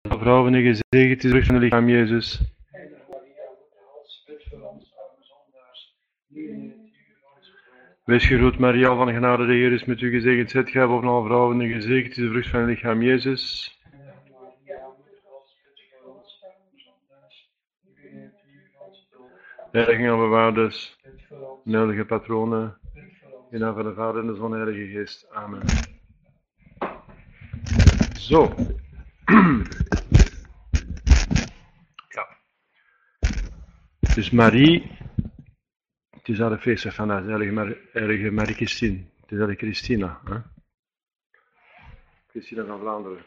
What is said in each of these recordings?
Vrouwen, gezegend is de vrucht van het lichaam, Jezus. Wees gegroet, Maria, van genade, de Heer is met u, gezegend zijt gij boven alle vrouwen, en gezegend is de vrucht van het lichaam, Jezus. Heilige en bewaarders, heilige patronen, in naam van de Vader en de Zoon en de Heilige Geest. Amen. Zo. Ja. Dus Marie, het is haar de feestdag van haar, heilige Marie-Christine. Het is heilige Christina. Hè? Christina van Vlaanderen.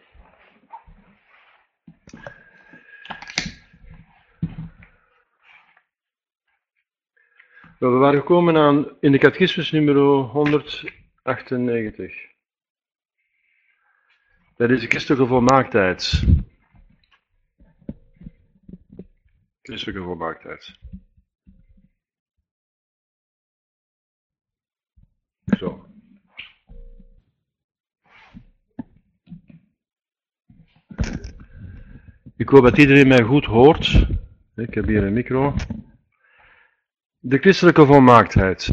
We waren gekomen aan in de catechismus nummer 198. Dat is de christelijke volmaaktheid. Christelijke volmaaktheid. Zo. Ik hoop dat iedereen mij goed hoort. Ik heb hier een micro. De christelijke volmaaktheid.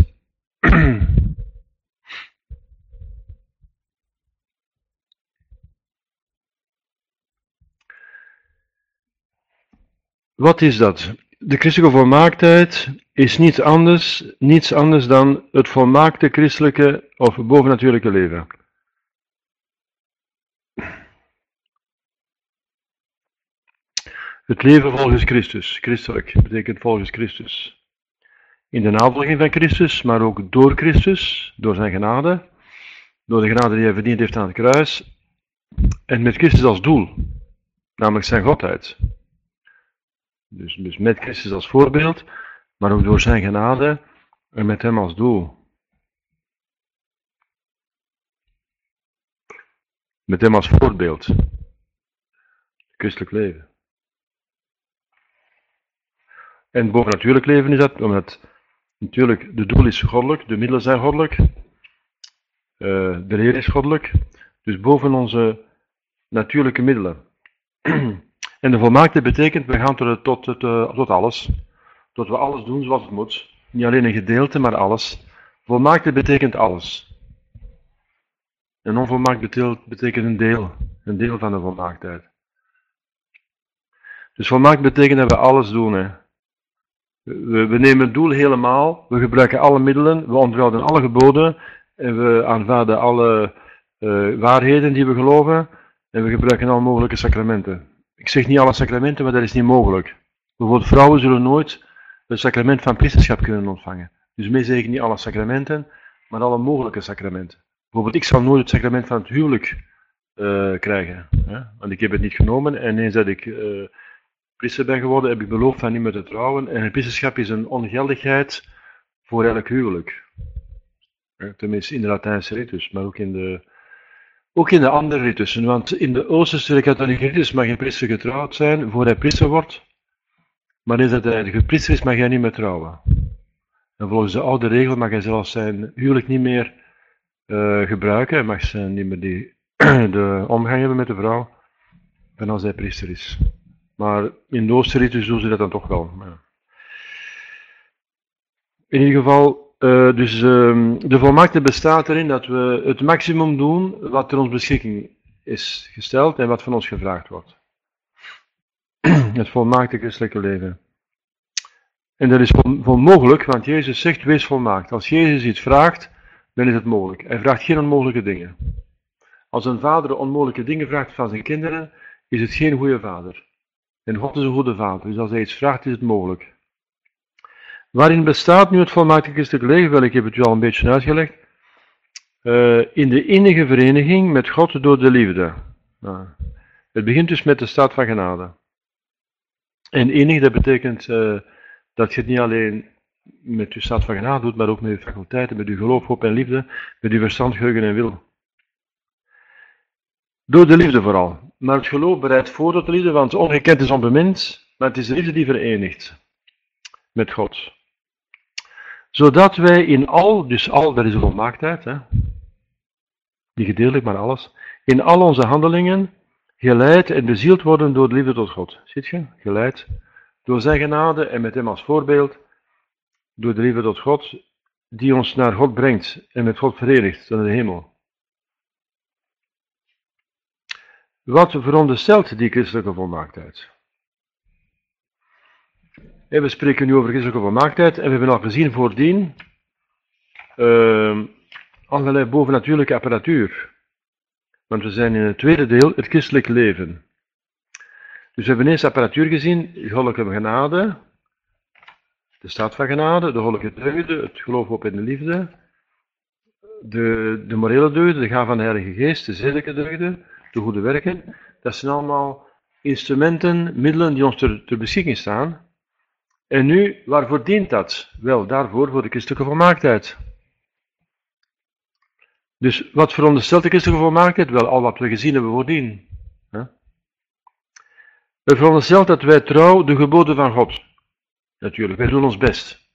Wat is dat? De christelijke volmaaktheid is niets anders dan het volmaakte christelijke of bovennatuurlijke leven. Het leven volgens Christus, christelijk, betekent volgens Christus. In de navolging van Christus, maar ook door Christus, door zijn genade, door de genade die hij verdiend heeft aan het kruis, en met Christus als doel, namelijk zijn godheid. Dus met Christus als voorbeeld, maar ook door zijn genade en met hem als doel. Met hem als voorbeeld. Christelijk leven. En bovennatuurlijk leven is dat, omdat natuurlijk de doel is goddelijk, de middelen zijn goddelijk, de leer is goddelijk, dus boven onze natuurlijke middelen. En de volmaaktheid betekent, we gaan tot alles, tot we alles doen zoals het moet. Niet alleen een gedeelte, maar alles. Volmaaktheid betekent alles. En onvolmaakt betekent een deel van de volmaaktheid. Dus volmaakt betekent dat we alles doen. Hè. We nemen het doel helemaal, we gebruiken alle middelen, we onthouden alle geboden, en we aanvaarden alle waarheden die we geloven, en we gebruiken alle mogelijke sacramenten. Ik zeg niet alle sacramenten, maar dat is niet mogelijk. Bijvoorbeeld vrouwen zullen nooit het sacrament van priesterschap kunnen ontvangen. Dus mee zeg ik niet alle sacramenten, maar alle mogelijke sacramenten. Bijvoorbeeld ik zal nooit het sacrament van het huwelijk krijgen. Hè? Want ik heb het niet genomen en eens dat ik priester ben geworden, heb ik beloofd van niet meer te trouwen. En het priesterschap is een ongeldigheid voor elk huwelijk. Tenminste in de Latijnse ritus, maar ook in de andere ritussen. Want in de Oosterse katholieke ritus mag een priester getrouwd zijn voor hij priester wordt. Maar eens dat hij gepriester is, mag hij niet meer trouwen. En volgens de oude regel mag hij zelfs zijn huwelijk niet meer gebruiken. Hij mag niet meer de omgang hebben met de vrouw. En als hij priester is. Maar in de Oosterse ritus doen ze dat dan toch wel. Ja. In ieder geval, de volmaaktheid bestaat erin dat we het maximum doen wat ter ons beschikking is gesteld en wat van ons gevraagd wordt. Het volmaakte christelijke leven. En dat is mogelijk, want Jezus zegt, wees volmaakt. Als Jezus iets vraagt, dan is het mogelijk. Hij vraagt geen onmogelijke dingen. Als een vader onmogelijke dingen vraagt van zijn kinderen, is het geen goede vader. En God is een goede vader, dus als hij iets vraagt, is het mogelijk. Waarin bestaat nu het volmaakte christelijk leven? Wel, ik heb het u al een beetje uitgelegd. In de innige vereniging met God door de liefde. Het begint dus met de staat van genade. En innig, dat betekent dat je het niet alleen met je staat van genade doet, maar ook met je faculteiten, met je geloof, hoop en liefde, met je verstand, geheugen en wil. Door de liefde vooral. Maar het geloof bereidt voor tot de liefde, want ongekend is onbemind, maar het is de liefde die verenigt met God. Zodat wij in al, dus al, dat is de volmaaktheid, hè, niet gedeeltelijk, maar alles, in al onze handelingen geleid en bezield worden door de liefde tot God. Ziet je? Geleid door zijn genade en met hem als voorbeeld, door de liefde tot God, die ons naar God brengt en met God verenigt naar de hemel. Wat veronderstelt die christelijke volmaaktheid? En we spreken nu over christelijke volmaaktheid en we hebben al gezien voordien allerlei bovennatuurlijke apparatuur. Want we zijn in het tweede deel, het christelijk leven. Dus we hebben eerst apparatuur gezien, goddelijke genade, de staat van genade, de goddelijke deugden, het geloof op in de liefde, de morele deugden, de gave van de Heilige Geest, de zedelijke deugden, de goede werken. Dat zijn allemaal instrumenten, middelen die ons ter beschikking staan. En nu, waarvoor dient dat? Wel, daarvoor, voor de christelijke volmaaktheid. Dus wat veronderstelt de christelijke volmaaktheid? Wel, al wat we gezien hebben voordien. Het veronderstelt dat wij trouw de geboden van God. Natuurlijk, wij doen ons best.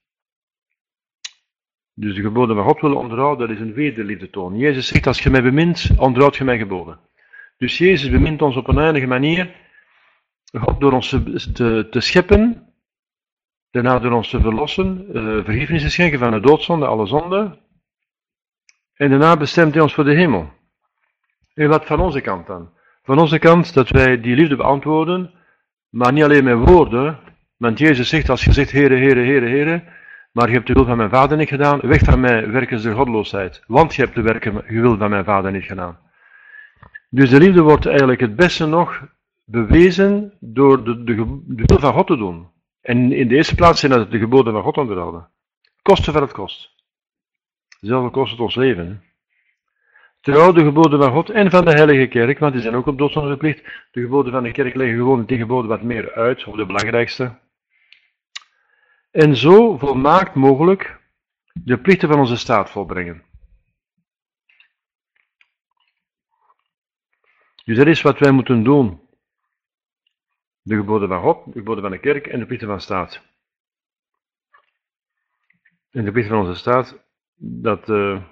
Dus de geboden van God willen onderhouden, dat is een wederliefde toon. Jezus zegt, als je mij bemint, onderhoud je mijn geboden. Dus Jezus bemint ons op een eindige manier. God door ons te scheppen, daarna door ons te verlossen, vergiffenis te schenken van de doodzonde, alle zonden. En daarna bestemt hij ons voor de hemel. En wat van onze kant dan? Van onze kant dat wij die liefde beantwoorden, maar niet alleen met woorden. Want Jezus zegt, als je zegt, Heere, Heere, Heere, Heere, maar je hebt de wil van mijn Vader niet gedaan, weg van mij, werkers der goddeloosheid. Want je hebt de wil van mijn Vader niet gedaan. Dus de liefde wordt eigenlijk het beste nog bewezen door de wil van God te doen. En in de eerste plaats zijn dat de geboden van God onderhouden. Koste wat het kost. Zelf kost het ons leven. Trouw de geboden van God en van de Heilige Kerk, want die zijn ook op doodzonde verplicht. De geboden van de kerk leggen gewoon die geboden wat meer uit, of de belangrijkste. En zo volmaakt mogelijk de plichten van onze staat volbrengen. Dus dat is wat wij moeten doen. De geboden van God, de geboden van de kerk en de plichten van de staat. En de plichten van onze staat, dat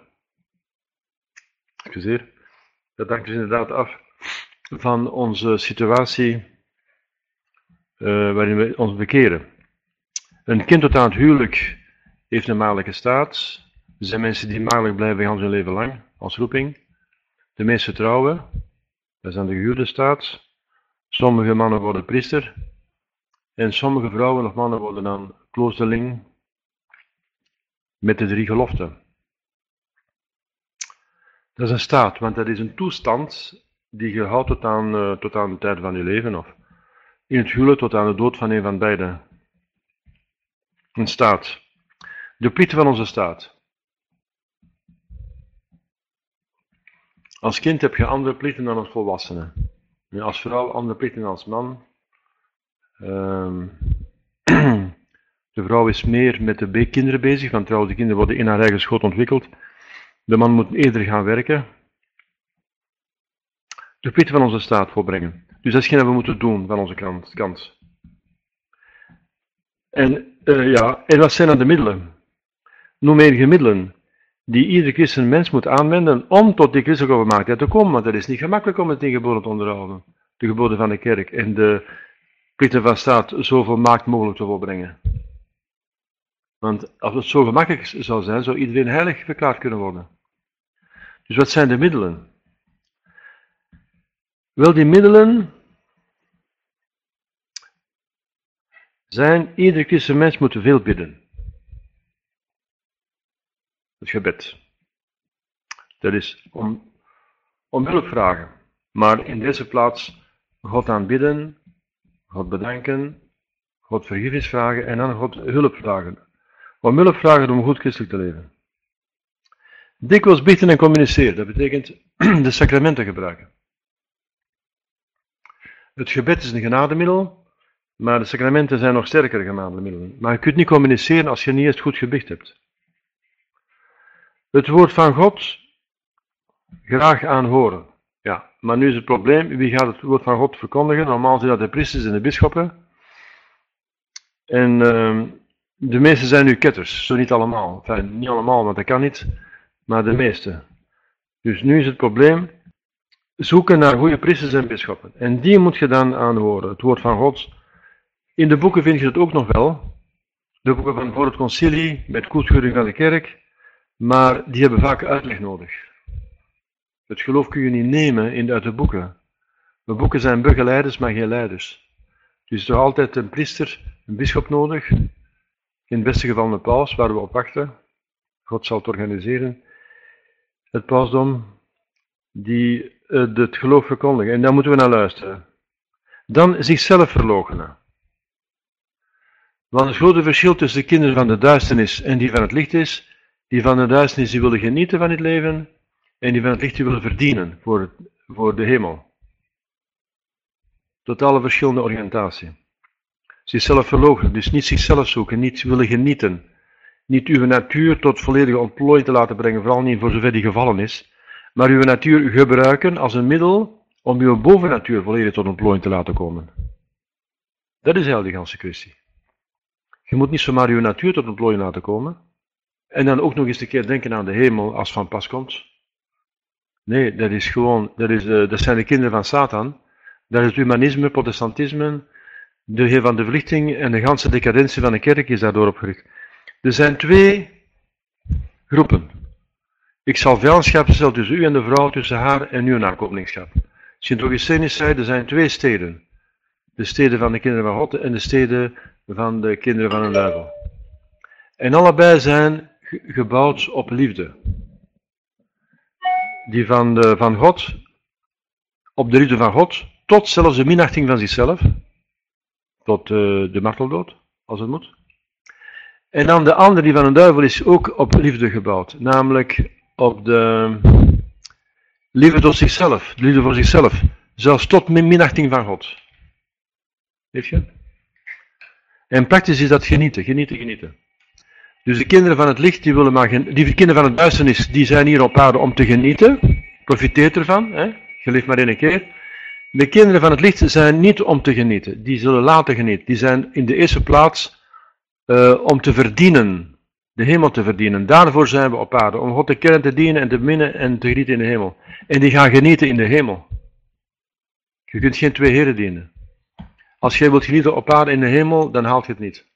hangt dus inderdaad af van onze situatie waarin we ons bekeren. Een kind tot aan het huwelijk heeft een maagdelijke staat. Er zijn mensen die maagdelijk blijven gans hun leven lang, als roeping. De meeste trouwen, dat is aan de gehuwde staat. Sommige mannen worden priester. En sommige vrouwen of mannen worden dan kloosterling met de 3 geloften. Dat is een staat, want dat is een toestand die je houdt tot aan de tijd van je leven, of in het huwelijk tot aan de dood van een van beiden. Een staat. De plichten van onze staat. Als kind heb je andere plichten dan als volwassene. Als vrouw andere plichten dan als man. De vrouw is meer met de kinderen bezig, want trouwens de kinderen worden in haar eigen schoot ontwikkeld. De man moet eerder gaan werken. De plichten van onze staat volbrengen. Dus dat is wat we moeten doen van onze kant. En wat zijn dan de middelen? Noem enige middelen die ieder christen mens moet aanwenden om tot die christelijke volmaaktheid te komen. Want het is niet gemakkelijk om het 10 geboden te onderhouden. De geboden van de kerk en de plichten van de staat zo volmaakt mogelijk te volbrengen. Want als het zo gemakkelijk zou zijn, zou iedereen heilig verklaard kunnen worden. Dus wat zijn de middelen? Wel, die middelen zijn, ieder christen mens moet veel bidden. Het gebed. Dat is om hulp vragen. Maar in deze plaats God aanbidden, God bedanken, God vergiffenis vragen en dan God hulp vragen. Om hulp vragen om goed christelijk te leven. Dikwijls bidden en communiceren, dat betekent de sacramenten gebruiken. Het gebed is een genademiddel, maar de sacramenten zijn nog sterkere genademiddelen. Maar je kunt niet communiceren als je niet eens goed gebed hebt. Het woord van God graag aanhoren. Ja, maar nu is het probleem, wie gaat het woord van God verkondigen? Normaal zijn dat de priesters en de bisschoppen. En de meeste zijn nu ketters, zo niet allemaal. Enfin, niet allemaal, want dat kan niet, maar de meeste. Dus nu is het probleem, zoeken naar goede priesters en bisschoppen. En die moet je dan aanhoren, het woord van God. In de boeken vind je het ook nog wel. De boeken van voor het concilie, met goedkeuring van de kerk. Maar die hebben vaak uitleg nodig. Het geloof kun je niet nemen uit de boeken. De boeken zijn begeleiders, maar geen leiders. Dus er is toch altijd een priester, een bisschop nodig. In het beste geval een paus, waar we op wachten. God zal het organiseren. Het pausdom, die het geloof verkondigen. En daar moeten we naar luisteren. Dan zichzelf verloochenen. Want het grote verschil tussen de kinderen van de duisternis en die van het licht is, die van de duisternis die willen genieten van het leven, en die van het licht die willen verdienen voor de hemel. Totale verschillende oriëntatie. Zichzelf verloochenen, dus niet zichzelf zoeken, niet willen genieten. Niet uw natuur tot volledige ontplooiing te laten brengen, vooral niet voor zover die gevallen is, maar uw natuur gebruiken als een middel om uw bovennatuur volledig tot ontplooiing te laten komen. Dat is eigenlijk de ganse kwestie. Je moet niet zomaar uw natuur tot ontplooiing laten komen, en dan ook nog eens een keer denken aan de hemel als van pas komt. Nee, dat is gewoon, dat zijn de kinderen van Satan. Dat is het humanisme, protestantisme, de heer van de verlichting en de ganse decadentie van de kerk is daardoor opgericht. Er zijn twee groepen. Ik zal vijandschap stellen tussen u en de vrouw, tussen haar en uw nakomelingschap. Sint Augustinus zei, er zijn twee steden. De steden van de kinderen van God en de steden van de kinderen van de duivel. En allebei zijn gebouwd op liefde. Die van God, op de liefde van God, tot zelfs de minachting van zichzelf, tot de marteldood, als het moet. En dan de andere, die van een duivel, is ook op liefde gebouwd, namelijk op de liefde tot zichzelf, de liefde voor zichzelf, zelfs tot minachting van God. Weet je? En praktisch is dat genieten. Dus de kinderen van het licht, die kinderen van het duisternis, die zijn hier op aarde om te genieten. Profiteer ervan, hè? Je leeft maar één keer. De kinderen van het licht zijn niet om te genieten, die zullen laten genieten. Die zijn in de eerste plaats om te verdienen, de hemel te verdienen. Daarvoor zijn we op aarde, om God te kennen, te dienen en te minnen en te genieten in de hemel. En die gaan genieten in de hemel. Je kunt geen twee heren dienen. Als jij wilt genieten op aarde in de hemel, dan haalt je het niet.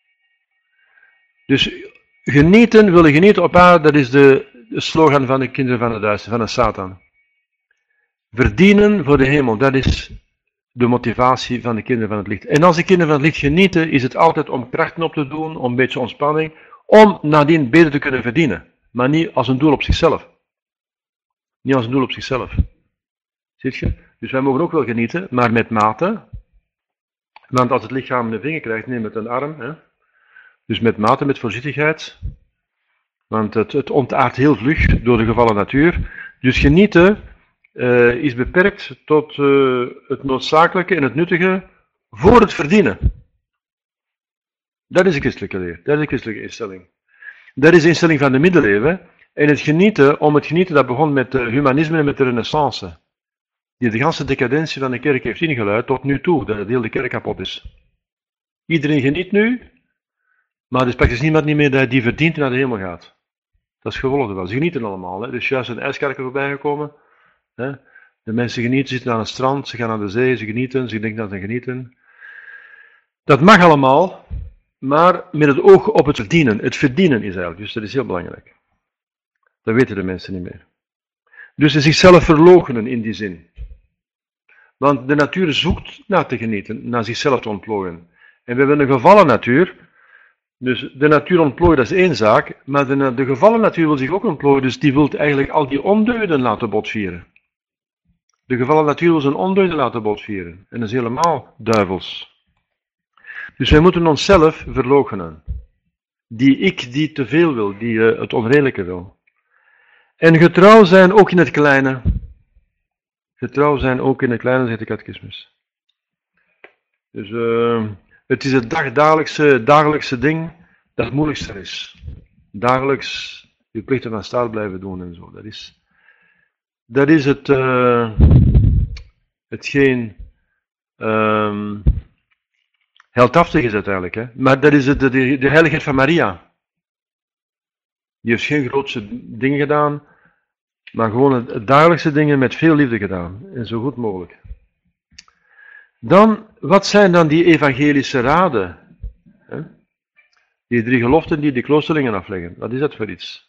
Dus willen genieten op aarde, dat is de slogan van de kinderen van de duister, van de Satan. Verdienen voor de hemel, dat is de motivatie van de kinderen van het licht. En als de kinderen van het licht genieten, is het altijd om krachten op te doen, om een beetje ontspanning, om nadien beter te kunnen verdienen. Maar niet als een doel op zichzelf. Niet als een doel op zichzelf. Ziet je? Dus wij mogen ook wel genieten, maar met mate. Want als het lichaam een vinger krijgt, neem het een arm. Hè? Dus met mate, met voorzichtigheid. Want het ontaardt heel vlug door de gevallen natuur. Dus genieten is beperkt tot het noodzakelijke en het nuttige voor het verdienen. Dat is de christelijke leer. Dat is de christelijke instelling. Dat is de instelling van de middeleeuwen. En het genieten, dat begon met het humanisme en met de renaissance. Die de ganse decadentie van de kerk heeft ingeluid tot nu toe, dat de hele kerk kapot is. Iedereen geniet nu, maar er is praktisch niemand niet meer die verdient en naar de hemel gaat. Dat is gevolg ervan. Ze genieten allemaal. Hè. Dus juist een ijskerker voorbij gekomen. Hè. De mensen genieten, zitten aan het strand, ze gaan naar de zee, ze genieten, ze denken dat ze genieten. Dat mag allemaal, maar met het oog op het verdienen. Het verdienen is eigenlijk, dus dat is heel belangrijk. Dat weten de mensen niet meer. Dus ze zichzelf verloochenen in die zin. Want de natuur zoekt naar te genieten, naar zichzelf te ontplooien. En we hebben een gevallen natuur. Dus de natuur ontplooien, dat is één zaak. Maar de gevallen natuur wil zich ook ontplooien, dus die wil eigenlijk al die ondeugden laten botvieren. De gevallen natuur wil zijn ondeugden laten botvieren. En dat is helemaal duivels. Dus wij moeten onszelf verloochenen. Die te veel wil, die het onredelijke wil. En getrouw zijn ook in het kleine. Getrouw zijn ook in het kleine, zegt de catechismus. Dus het is het dagelijkse ding dat het moeilijkste is. Dagelijks je plichten van staat blijven doen en zo. Dat is hetgeen heldhaftig is uiteindelijk. Hè? Maar dat is de heiligheid van Maria. Die heeft geen grootse dingen gedaan. Maar gewoon het dagelijkse dingen met veel liefde gedaan. En zo goed mogelijk. Dan, wat zijn dan die evangelische raden? Die 3 geloften die de kloosterlingen afleggen. Wat is dat voor iets?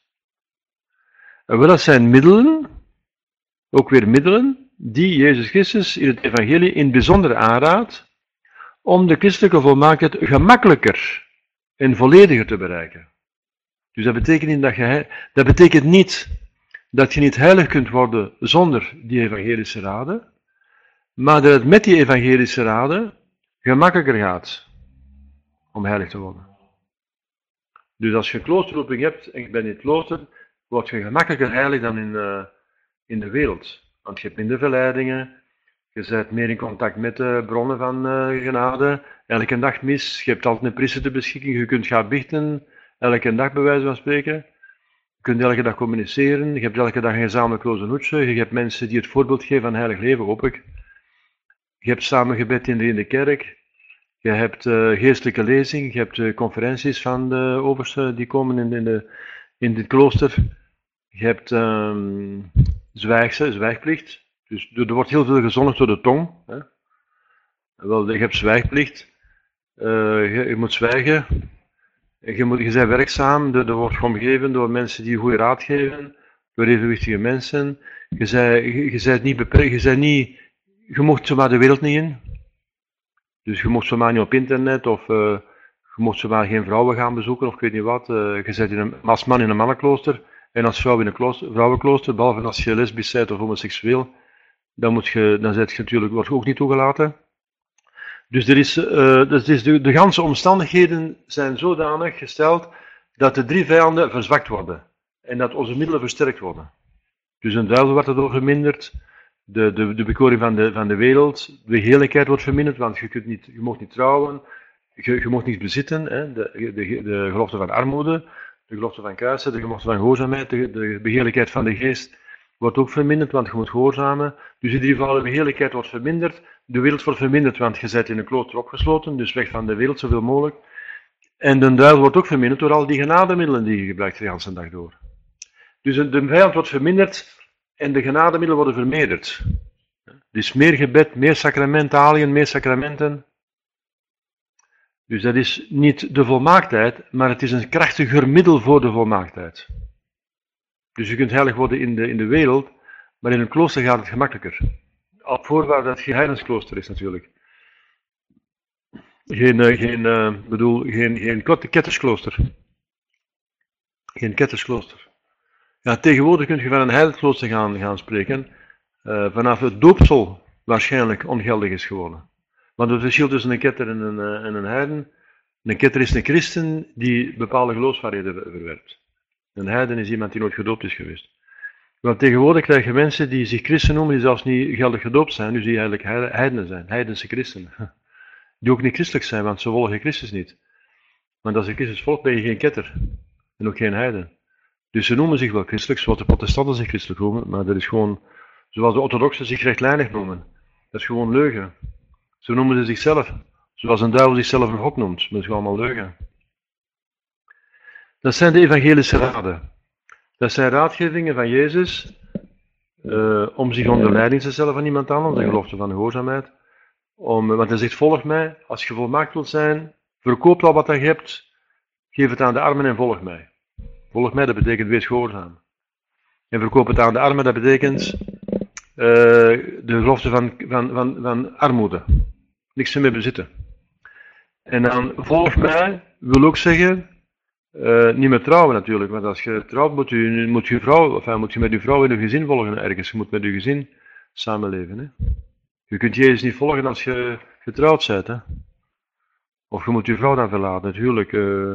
En wel, dat zijn middelen, ook weer middelen, die Jezus Christus in het evangelie in het bijzonder aanraadt om de christelijke volmaaktheid gemakkelijker en vollediger te bereiken. Dus dat betekent niet dat je niet heilig kunt worden zonder die evangelische raden, maar dat het met die evangelische raden gemakkelijker gaat om heilig te worden. Dus als je een kloosterroeping hebt en je bent in het klooster, word je gemakkelijker heilig dan in de wereld. Want je hebt minder verleidingen, je bent meer in contact met de bronnen van genade, elke dag mis, je hebt altijd een priester ter beschikking, je kunt gaan biechten, elke dag bij wijze van spreken. Je kunt elke dag communiceren, je hebt elke dag een gezamenlijk rozenhoedje, je hebt mensen die het voorbeeld geven van heilig leven, hoop ik. Je hebt samen gebed in de kerk, je hebt geestelijke lezing, je hebt conferenties van de oversten die komen in dit klooster. Je hebt zwijgplicht. Dus er wordt heel veel gezondigd door de tong. Hè. Wel, je hebt zwijgplicht. Je moet zwijgen. Je bent werkzaam. Er wordt omgeven door mensen die goede raad geven. Door evenwichtige mensen. Je bent niet beperkt. Je mocht zomaar de wereld niet in. Dus je mocht zomaar niet op internet. Of je mocht zomaar geen vrouwen gaan bezoeken. Of ik weet niet wat. Je bent als man in een mannenklooster. En als vrouw in een vrouwenklooster, behalve als je lesbisch bent of homoseksueel, dan word je natuurlijk ook niet toegelaten. Dus de ganse omstandigheden zijn zodanig gesteld dat de 3 vijanden verzwakt worden. En dat onze middelen versterkt worden. Dus een duivel wordt erdoor verminderd, de bekoring van de wereld, de heerlijkheid wordt verminderd, want je mag niet trouwen, je mag niet bezitten, hè, de gelofte van armoede. De gelofte van kruisen, de gelofte van gehoorzaamheid, de begeerlijkheid van de geest wordt ook verminderd, want je moet gehoorzamen. Dus in ieder geval de begeerlijkheid wordt verminderd, de wereld wordt verminderd, want je bent in een klooster opgesloten, dus weg van de wereld zoveel mogelijk. En de duivel wordt ook verminderd door al die genademiddelen die je gebruikt de hele dag door. Dus de vijand wordt verminderd en de genademiddelen worden vermeerderd. Dus meer gebed, meer sacramentaliën, meer sacramenten. Dus dat is niet de volmaaktheid, maar het is een krachtiger middel voor de volmaaktheid. Dus je kunt heilig worden in de wereld, maar in een klooster gaat het gemakkelijker. Op voorwaarde dat het geen heidensklooster is natuurlijk. Geen kettersklooster. Geen kettersklooster. Ja, tegenwoordig kun je van een heidensklooster gaan spreken, vanaf het doopsel waarschijnlijk ongeldig is geworden. Want het verschil tussen een ketter en een heiden. Een ketter is een christen die bepaalde geloofswaarheden verwerpt. Een heiden is iemand die nooit gedoopt is geweest. Want tegenwoordig krijg je mensen die zich christen noemen, die zelfs niet geldig gedoopt zijn, dus die eigenlijk heidenen zijn, heidense christenen. Die ook niet christelijk zijn, want ze volgen Christus niet. Want als je Christus volgt, ben je geen ketter. En ook geen heiden. Dus ze noemen zich wel christelijk, zoals de protestanten zich christelijk noemen, maar dat is gewoon, zoals de orthodoxen zich rechtlijnig noemen. Dat is gewoon leugen. Zo noemen ze zichzelf, zoals een duivel zichzelf een god noemt. Dat is gewoon allemaal leugen. Dat zijn de evangelische raden. Dat zijn raadgevingen van Jezus om zich onder leiding te stellen van iemand anders, de gelofte van de gehoorzaamheid. Want hij zegt, volg mij, als je volmaakt wilt zijn, verkoop al wat je hebt, geef het aan de armen en volg mij. Volg mij, dat betekent wees gehoorzaam. En verkoop het aan de armen, dat betekent de gelofte van armoede. Niks meer bezitten. En dan volg mij wil ook zeggen, niet meer trouwen natuurlijk, want als je trouwt moet je met je vrouw in je gezin volgen ergens. Je moet met je gezin samenleven. Hè. Je kunt Jezus niet volgen als je getrouwd bent. Hè. Of je moet je vrouw dan verlaten, natuurlijk.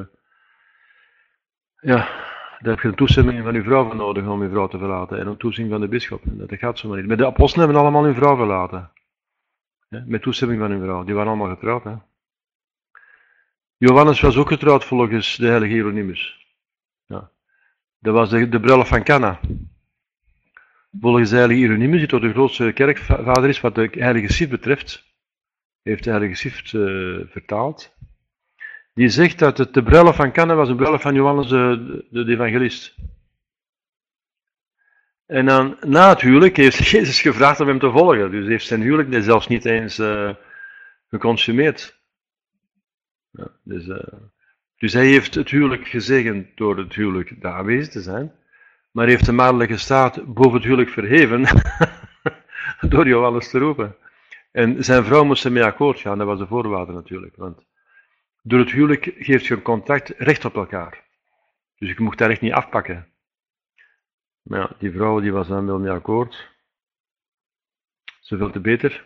Daar heb je een toestemming van je vrouw voor nodig om je vrouw te verlaten. En een toestemming van de bisschop. Dat gaat zo maar niet. Maar de apostelen hebben allemaal hun vrouw verlaten. Ja, met toestemming van hun vrouw. Die waren allemaal getrouwd. Hè. Johannes was ook getrouwd volgens de heilige Hieronymus. Ja. Dat was de bruiloft van Cana. Volgens de heilige Hieronymus, die tot de grootste kerkvader is wat de heilige Sif betreft, heeft de heilige Sif vertaald. Die zegt dat de bruiloft van Cana was een bruiloft van Johannes de evangelist. En dan, na het huwelijk, heeft Jezus gevraagd om hem te volgen. Dus heeft zijn huwelijk zelfs niet eens geconsumeerd. Ja, dus hij heeft het huwelijk gezegend door het huwelijk daar aanwezig te zijn. Maar heeft de maagdelijke staat boven het huwelijk verheven door Johannes te roepen. En zijn vrouw moest ermee akkoord gaan, dat was de voorwaarde natuurlijk. Want door het huwelijk geeft je een contact recht op elkaar. Dus je mocht daar echt niet afpakken. Maar ja, die vrouw die was dan wel mee akkoord. Zoveel te beter.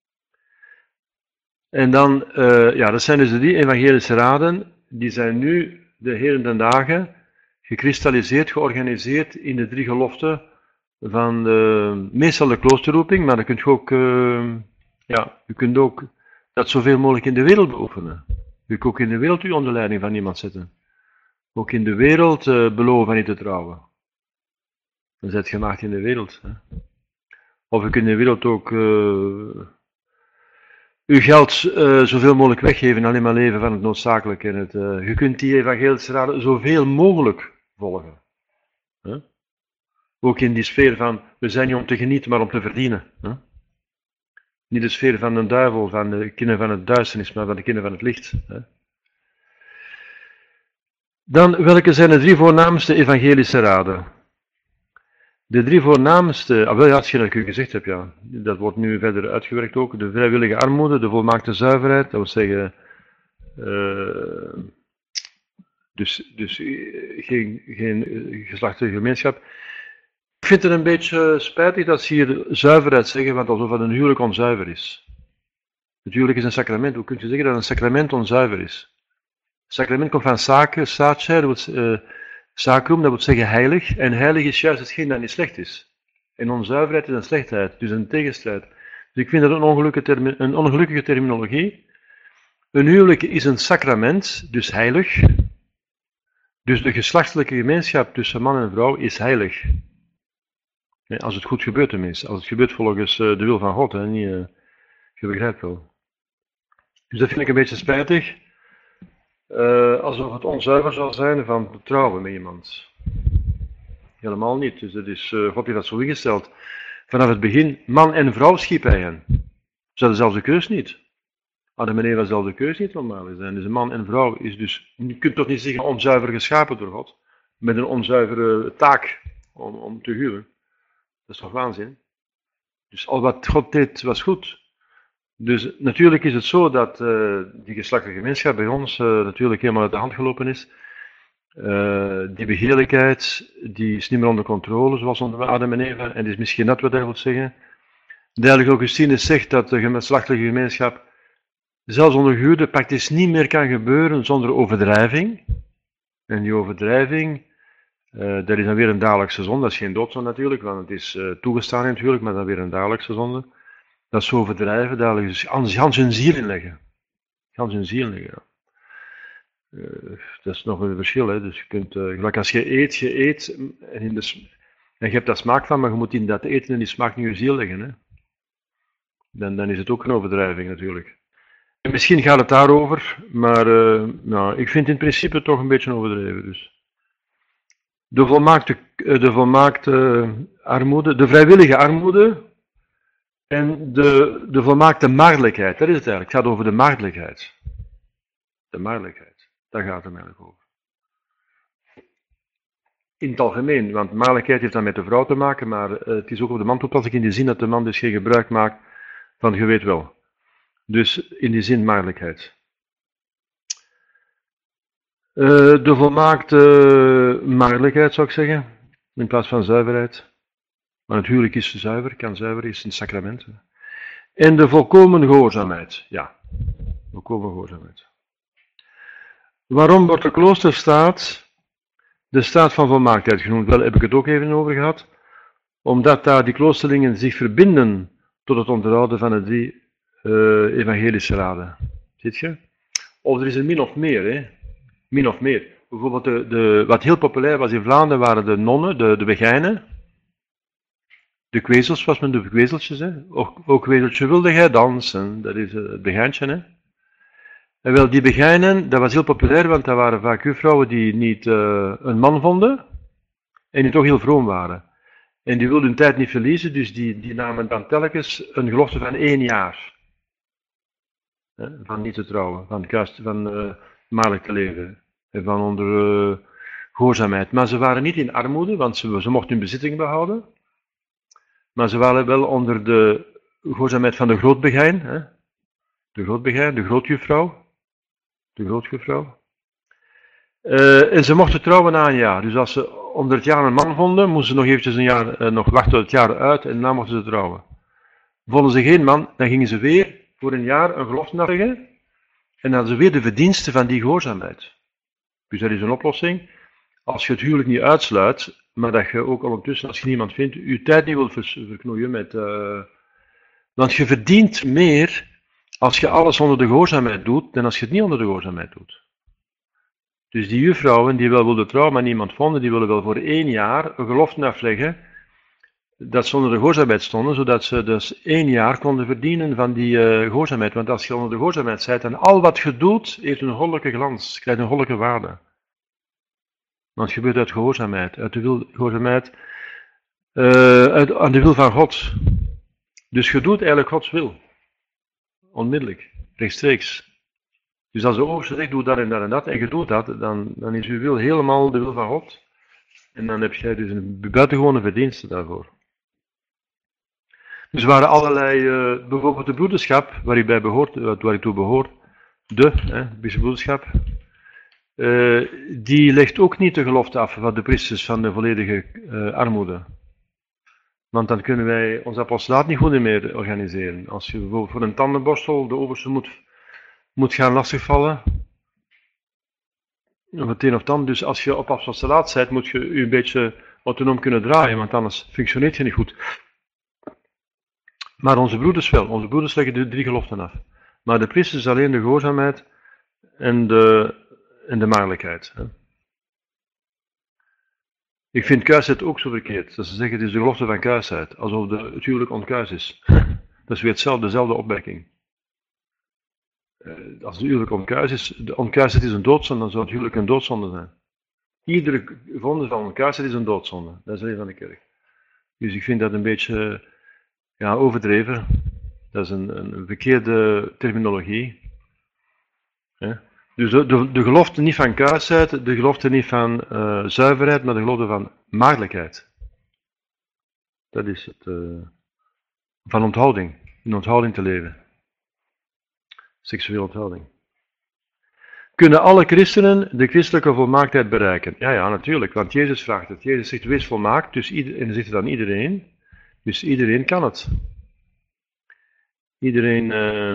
En dan, dat zijn dus die evangelische raden, die zijn nu de heden ten dagen gekristalliseerd, georganiseerd in de 3 geloften van meestal de kloosterroeping, maar dan kunt je ook, je kunt ook dat zoveel mogelijk in de wereld beoefenen. Je kunt ook in de wereld u onder leiding van iemand zetten. Ook in de wereld beloven van niet te trouwen. Dan zet je gemaakt in de wereld. Hè. Of je kunt in de wereld ook uw geld zoveel mogelijk weggeven, alleen maar leven van het noodzakelijke. En je kunt die evangelische raden zoveel mogelijk volgen. Hè. Ook in die sfeer van, we zijn niet om te genieten, maar om te verdienen. Hè. Niet de sfeer van de duivel, van de kinderen van het duisternis, maar van de kinderen van het licht. Hè. Dan, welke zijn de 3 voornaamste evangelische raden? De 3 voornaamste, als je dat gezegd hebt, ja, dat wordt nu verder uitgewerkt ook. De vrijwillige armoede, de volmaakte zuiverheid, dat wil zeggen, dus geen geslachtelijke gemeenschap. Ik vind het een beetje spijtig dat ze hier zuiverheid zeggen, want alsof het een huwelijk onzuiver is. Het huwelijk is een sacrament, hoe kun je zeggen dat een sacrament onzuiver is? Sacrament komt van sacrum, dat wil zeggen heilig, en heilig is juist hetgeen dat niet slecht is. En onzuiverheid is een slechtheid, dus een tegenstrijd. Dus ik vind dat een ongelukkige terminologie. Een huwelijk is een sacrament, dus heilig. Dus de geslachtelijke gemeenschap tussen man en vrouw is heilig. Als het goed gebeurt tenminste, als het gebeurt volgens de wil van God, hè, niet, je begrijpt wel. Dus dat vind ik een beetje spijtig. Alsof het onzuiver zou zijn van te trouwen met iemand. Helemaal niet. Dus dat is, God heeft dat zo ingesteld. Vanaf het begin, man en vrouw schiep hij hen. Ze hadden zelfs de keus niet. Adam en Eva zelfs de keus niet normaal zijn. Dus een man en vrouw is dus, je kunt toch niet zeggen onzuiver geschapen door God. Met een onzuivere taak om te huwen. Dat is toch waanzin? Dus al wat God deed was goed. Dus natuurlijk is het zo dat die geslachtelijke gemeenschap bij ons natuurlijk helemaal uit de hand gelopen is. Die begeerlijkheid, die is niet meer onder controle, zoals onder Adam en Eva, en dat is misschien net wat hij wil zeggen. De heilige Augustinus zegt dat de geslachtelijke gemeenschap zelfs onder gehuwden praktisch niet meer kan gebeuren zonder overdrijving. En die overdrijving, dat is dan weer een dagelijkse zonde, dat is geen doodzonde natuurlijk, want het is toegestaan in het huwelijk, maar dan weer een dagelijkse zonde. Dat is zo overdrijven, daar dus gans hun ziel in leggen. Gans hun ziel in leggen, ja. Dat is nog een verschil, hè. Dus je kunt, gelijk als je eet en je hebt daar smaak van, maar je moet in dat eten en die smaak in je ziel leggen, hè. Dan is het ook een overdrijving natuurlijk. En misschien gaat het daarover, maar ik vind het in principe toch een beetje overdreven. Dus. De volmaakte armoede, de vrijwillige armoede en de volmaakte maagdelijkheid, dat is het eigenlijk. Het gaat over de maagdelijkheid. De maagdelijkheid, daar gaat het eigenlijk over. In het algemeen, want maagdelijkheid heeft dan met de vrouw te maken, maar het is ook op de man toepasselijk in de zin dat de man dus geen gebruik maakt van je weet wel. Dus in die zin maagdelijkheid. De volmaakte maagdelijkheid zou ik zeggen, in plaats van zuiverheid. Maar het huwelijk is zuiver, kan zuiver, is een sacrament. En de volkomen gehoorzaamheid, ja. Volkomen gehoorzaamheid. Waarom wordt de kloosterstaat de staat van volmaaktheid genoemd? Wel, heb ik het ook even over gehad. Omdat daar die kloosterlingen zich verbinden tot het onderhouden van de 3 evangelische raden. Ziet je? Of er is er min of meer, hè. Min of meer. Bijvoorbeeld, wat heel populair was in Vlaanderen waren de nonnen, de begijnen. De kwezels was men de kwezeltjes, hè. Ook kwezeltje wilde gij dansen, dat is het begijntje, hè. En wel, die begijnen, dat was heel populair, want dat waren vaak juffrouwen die niet een man vonden en die toch heel vroom waren. En die wilden hun tijd niet verliezen, dus die namen dan telkens een gelofte van 1 jaar. Van niet te trouwen, van maagdelijk te leven. En van onder gehoorzaamheid. Maar ze waren niet in armoede, want ze mochten hun bezitting behouden. Maar ze waren wel onder de gehoorzaamheid van de grootbegijn. De grootbegijn, de grootjuffrouw. De grootjuffrouw. En ze mochten trouwen na 1 jaar. Dus als ze onder het jaar een man vonden, moesten ze nog eventjes een jaar nog wachten tot het jaar uit en dan mochten ze trouwen. Vonden ze geen man, dan gingen ze weer voor 1 jaar een gelofte afleggen en dan hadden ze weer de verdiensten van die gehoorzaamheid. Dus dat is een oplossing. Als je het huwelijk niet uitsluit, maar dat je ook ondertussen, als je niemand vindt, je tijd niet wilt verknoeien met... Want je verdient meer als je alles onder de gehoorzaamheid doet, dan als je het niet onder de gehoorzaamheid doet. Dus die juffrouwen die wel wilden trouwen, maar niemand vonden, die willen wel voor 1 jaar een gelofte afleggen dat ze onder de gehoorzaamheid stonden, zodat ze dus 1 jaar konden verdienen van die gehoorzaamheid. Want als je onder de gehoorzaamheid bent, dan al wat je doet, heeft een goddelijke glans, krijgt een goddelijke waarde. Want het gebeurt uit gehoorzaamheid, uit de gehoorzaamheid, aan de wil van God. Dus je doet eigenlijk Gods wil. Onmiddellijk, rechtstreeks. Dus als de overste zegt, doe dat en dat en dat, en je doet dat, dan is uw wil helemaal de wil van God. En dan heb jij dus een buitengewone verdienste daarvoor. Dus er waren allerlei, bijvoorbeeld de broederschap, waar ik bij behoort, waar ik toe behoor, de broederschap, die legt ook niet de gelofte af van de priesters van de volledige armoede. Want dan kunnen wij ons apostolaat niet goed meer organiseren. Als je bijvoorbeeld voor een tandenborstel de overste moet gaan lastigvallen, of het een of het ander. Dus als je op apostolaat bent, moet je een beetje autonoom kunnen draaien, want anders functioneert je niet goed. Maar onze broeders wel. Onze broeders leggen de 3 geloften af. Maar de priesters alleen de gehoorzaamheid en de maagdelijkheid. Ik vind kuisheid ook zo verkeerd. Dat ze zeggen, het is de gelofte van kuisheid. Alsof het huwelijk ontkuis is. Dat is weer dezelfde opmerking. Als het huwelijk ontkuis is, de ontkuisheid is een doodzonde, dan zou het huwelijk een doodzonde zijn. Iedere vonnis van ontkuisheid is een doodzonde. Dat is de reden van de kerk. Dus ik vind dat een beetje overdreven. Dat is een verkeerde terminologie. Dus de gelofte niet van kuisheid, de gelofte niet van zuiverheid, maar de gelofte van maagdelijkheid. Dat is het. Van onthouding. In onthouding te leven. Seksuele onthouding. Kunnen alle christenen de christelijke volmaaktheid bereiken? Ja, natuurlijk, want Jezus vraagt het. Jezus zegt, wees volmaakt, dus en dan zegt het aan iedereen. Dus iedereen kan het. Iedereen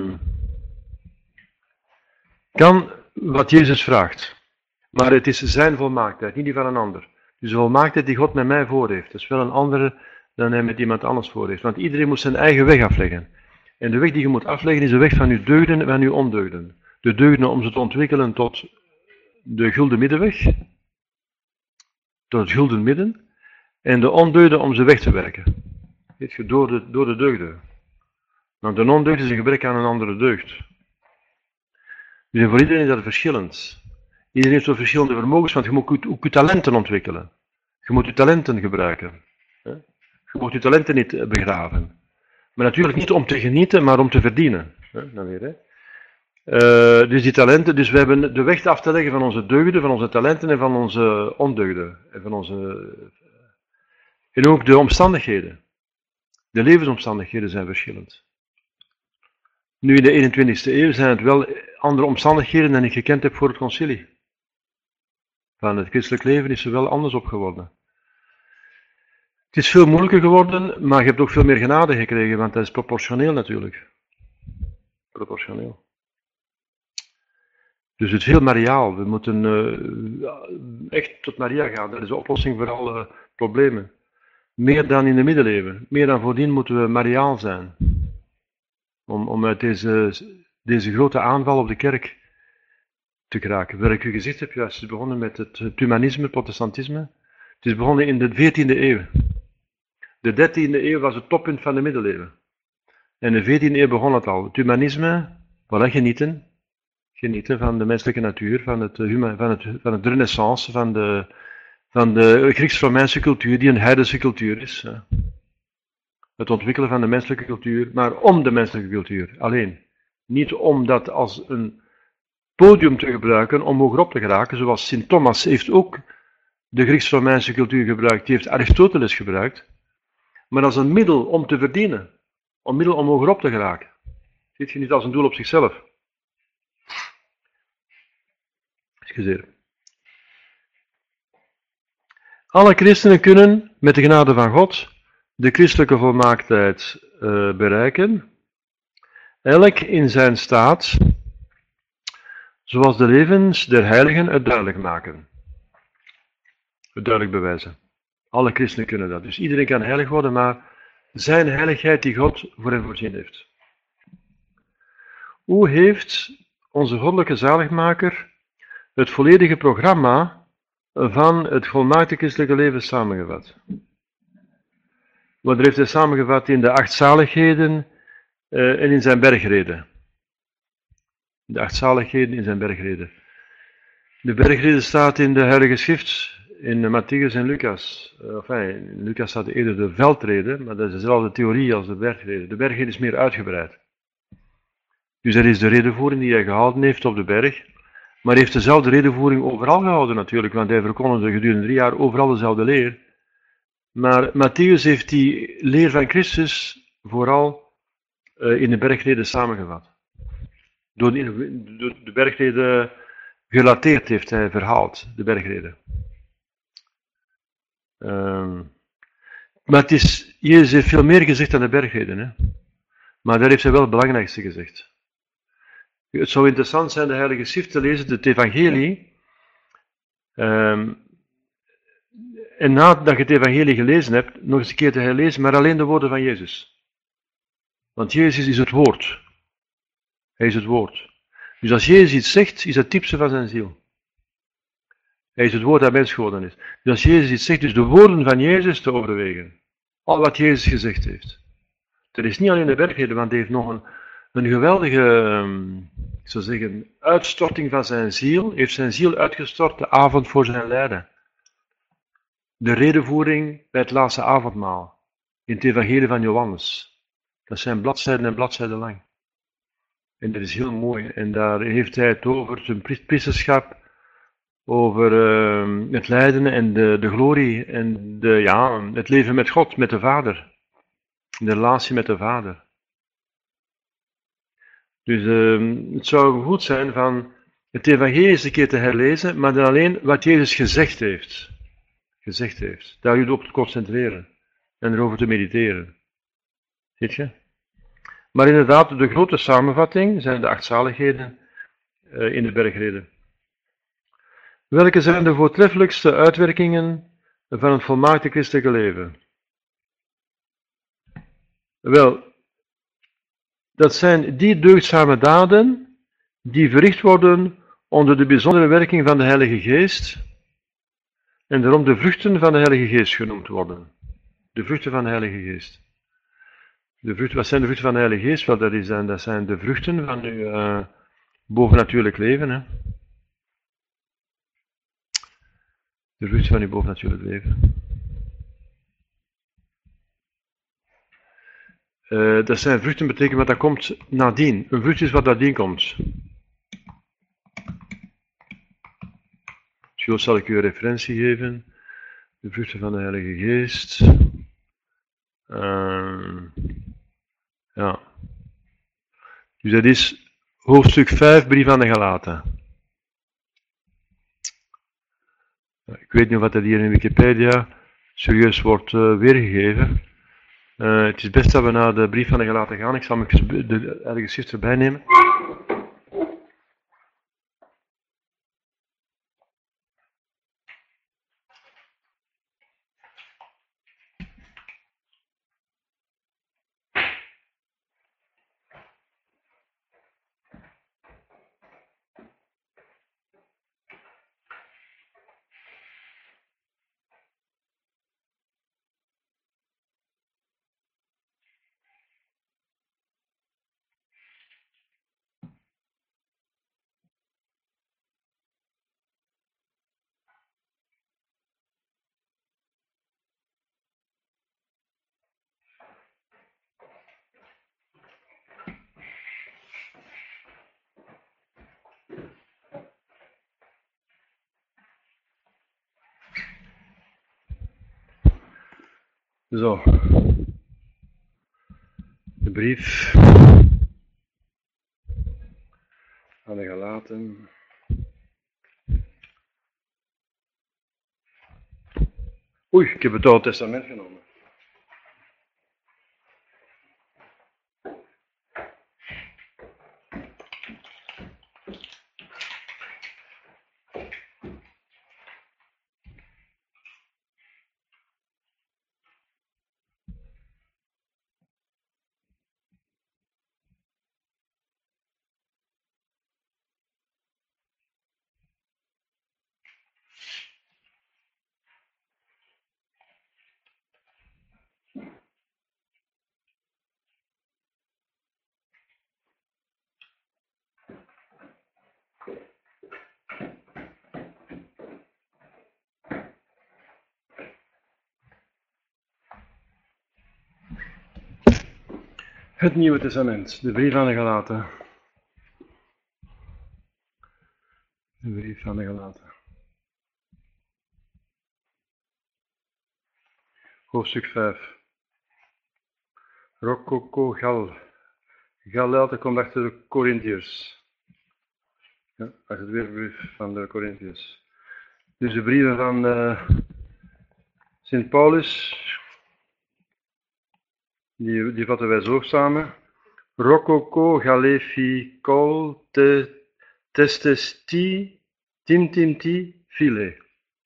kan wat Jezus vraagt. Maar het is zijn volmaaktheid, niet die van een ander. Dus de volmaaktheid die God met mij voor heeft, dat is wel een andere dan hij met iemand anders voor heeft. Want iedereen moet zijn eigen weg afleggen. En de weg die je moet afleggen is de weg van uw deugden en van uw ondeugden. De deugden om ze te ontwikkelen tot de gulden middenweg, tot het gulden midden, en de ondeugden om ze weg te werken. Weet je, door de deugden. Want een ondeugd is een gebrek aan een andere deugd. Dus voor iedereen is dat verschillend. Iedereen heeft zo verschillende vermogens, want je moet ook je talenten ontwikkelen. Je moet je talenten gebruiken. Je moet je talenten niet begraven. Maar natuurlijk niet om te genieten, maar om te verdienen. Dan weer, dus die talenten, dus we hebben de weg af te leggen van onze deugden, van onze talenten en van onze ondeugden. En ook de omstandigheden. De levensomstandigheden zijn verschillend. Nu in de 21e eeuw zijn het wel andere omstandigheden dan ik gekend heb voor het concilie. Van het christelijk leven is er wel anders op geworden. Het is veel moeilijker geworden, maar je hebt ook veel meer genade gekregen, want dat is proportioneel natuurlijk. Proportioneel. Dus het is heel mariaal. We moeten echt tot Maria gaan. Dat is de oplossing voor alle problemen. Meer dan in de middeleeuwen. Meer dan voordien moeten we mariaal zijn. Om uit deze grote aanval op de kerk te geraken. Waar ik u gezegd heb, juist, het is begonnen met het humanisme, het protestantisme. Het is begonnen in de 14e eeuw. De 13e eeuw was het toppunt van de middeleeuwen. En in de 14e eeuw begon het al. Het humanisme, voilà, genieten. Genieten van de menselijke natuur, van het renaissance, van de Grieks-Romeinse cultuur, die een heidense cultuur is. Het ontwikkelen van de menselijke cultuur, maar om de menselijke cultuur alleen. Niet om dat als een podium te gebruiken om hogerop te geraken, zoals Sint Thomas heeft ook de Grieks-Romeinse cultuur gebruikt, die heeft Aristoteles gebruikt, maar als een middel om te verdienen, een middel om hogerop te geraken. Ziet je niet als een doel op zichzelf. Excuseer. Alle christenen kunnen, met de genade van God, de christelijke volmaaktheid bereiken, elk in zijn staat, zoals de levens der heiligen het duidelijk maken. Het duidelijk bewijzen. Alle christenen kunnen dat. Dus iedereen kan heilig worden, maar zijn heiligheid die God voor hen voorzien heeft. Hoe heeft onze goddelijke zaligmaker het volledige programma van het volmaakte christelijke leven samengevat? Want hij heeft hij samengevat in de 8 zaligheden en in zijn bergreden. De 8 zaligheden in zijn bergreden. De bergreden staat in de Heilige Schrift, in Matthäus en Lucas. In Lucas staat eerder de veldreden, maar dat is dezelfde theorie als de bergreden. De bergreden is meer uitgebreid. Dus er is de redenvoering die hij gehouden heeft op de berg, maar hij heeft dezelfde redenvoering overal gehouden natuurlijk, want hij verkondigde gedurende 3 jaar overal dezelfde leer. Maar Matthäus heeft die leer van Christus vooral in de bergreden samengevat. Door de bergreden gerelateerd heeft hij verhaald, de bergreden. Maar Jezus heeft veel meer gezegd dan de bergreden, hè? Maar daar heeft hij wel het belangrijkste gezegd. Het zou interessant zijn de Heilige Schrift te lezen, het Evangelie. En nadat je het Evangelie gelezen hebt, nog eens een keer te herlezen, maar alleen de woorden van Jezus. Want Jezus is het woord. Hij is het woord. Dus als Jezus iets zegt, is het diepste van zijn ziel. Hij is het woord dat mens geworden is. Dus als Jezus iets zegt, dus de woorden van Jezus te overwegen. Al wat Jezus gezegd heeft. Er is niet alleen de bergreden, want hij heeft nog een geweldige, ik zou zeggen, uitstorting van zijn ziel. Hij heeft zijn ziel uitgestort de avond voor zijn lijden. De redenvoering bij het laatste avondmaal. In het evangelie van Johannes. Dat zijn bladzijden en bladzijden lang. En dat is heel mooi. En daar heeft hij het over zijn priesterschap, over het lijden en de glorie en het leven met God, met de Vader. De relatie met de Vader. Dus het zou goed zijn van het evangelie eens een keer te herlezen, maar dan alleen wat Jezus gezegd heeft. Daar u op te concentreren en erover te mediteren. Ziet je? Maar inderdaad, de grote samenvatting zijn de 8 zaligheden in de bergreden. Welke zijn de voortreffelijkste uitwerkingen van het volmaakte christelijke leven? Wel, dat zijn die deugdzame daden die verricht worden onder de bijzondere werking van de Heilige Geest en daarom de vruchten van de Heilige Geest genoemd worden. De vruchten van de Heilige Geest. Wat zijn de vruchten van de Heilige Geest? Wel, dat zijn de vruchten van uw bovennatuurlijk leven. Hè? De vruchten van uw bovennatuurlijk leven. Dat zijn vruchten betekent wat dat komt nadien. Een vrucht is wat nadien komt. Zo zal ik u een referentie geven. De vruchten van de Heilige Geest. Ja. Dus dat is hoofdstuk 5, brief aan de Galaten. Ik weet niet wat dat hier in Wikipedia serieus wordt weergegeven. Het is best dat we naar de brief van de Galaten gaan. Ik zal de Heilige Schrift erbij nemen. Zo. De brief aan de Galaten. Oei, ik heb het Oude Testament genomen. Het Nieuwe Testament, de brief aan de Galaten. De brief aan de Galaten. Hoofdstuk 5. Rococo Gal. Galaten komt achter de Corinthiërs. Ja, achter het weerbrief van de Corinthiërs. Dus de brieven van Sint Paulus, die vatten wij zo samen. Rococo Galeficol testesti timtimti file.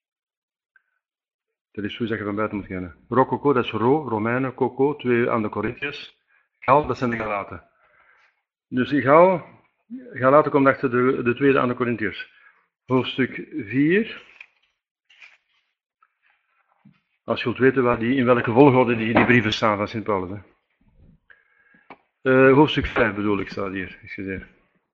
Dat is zoiets dat je van buiten moet kennen. Rococo, dat is Romeinen, Coco, 2 aan de Corinthiërs. Gal, dat zijn de Galaten. Dus Galaten komt achter de tweede aan de Corinthiërs. Hoofdstuk 4. Als je wilt weten in welke volgorde die brieven staan van Sint Paulus. Hoofdstuk 5 bedoel ik, staat hier. Excuseer.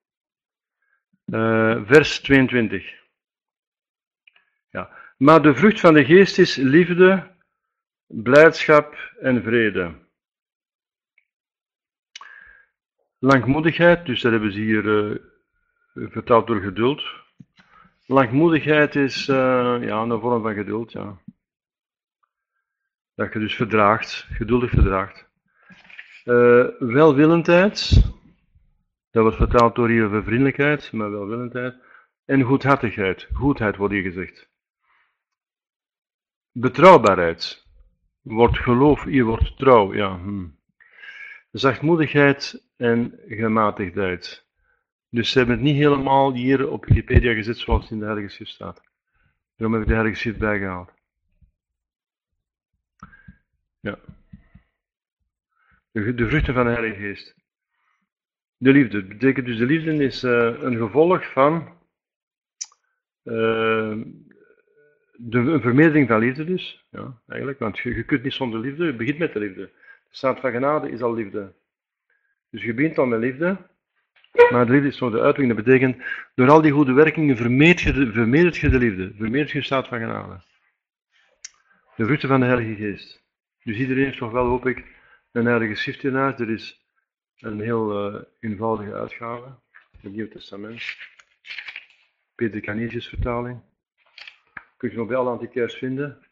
Vers 22. Ja. Maar de vrucht van de geest is liefde, blijdschap en vrede. Langmoedigheid, dus dat hebben ze hier vertaald door geduld. Langmoedigheid is een vorm van geduld, ja. Dat je dus geduldig verdraagt. Welwillendheid, dat wordt vertaald door hier over vriendelijkheid, maar welwillendheid. En goedhartigheid, goedheid wordt hier gezegd. Betrouwbaarheid, wordt geloof, hier wordt trouw, ja. Zachtmoedigheid en gematigdheid. Dus ze hebben het niet helemaal hier op Wikipedia gezet zoals het in de Heilige Schrift staat. Daarom heb ik de Heilige Schrift bijgehaald. Ja. De vruchten van de Heilige Geest. De liefde. Dat betekent dus de liefde is een gevolg van een vermeerdering van liefde dus. Ja, eigenlijk. Want je kunt niet zonder liefde. Je begint met de liefde. De staat van genade is al liefde. Dus je begint al met liefde. Maar de liefde is zo de uiting. Dat betekent, door al die goede werkingen vermeerdert je de liefde. Vermeerdert je staat van genade. De vruchten van de Heilige Geest. Dus iedereen heeft toch wel, hoop ik, een Heilige Schrift in huis. Er is een heel eenvoudige uitgave. Het Nieuwe Testament. Peter Canisius vertaling. Kun je nog bij alle antiquairs vinden.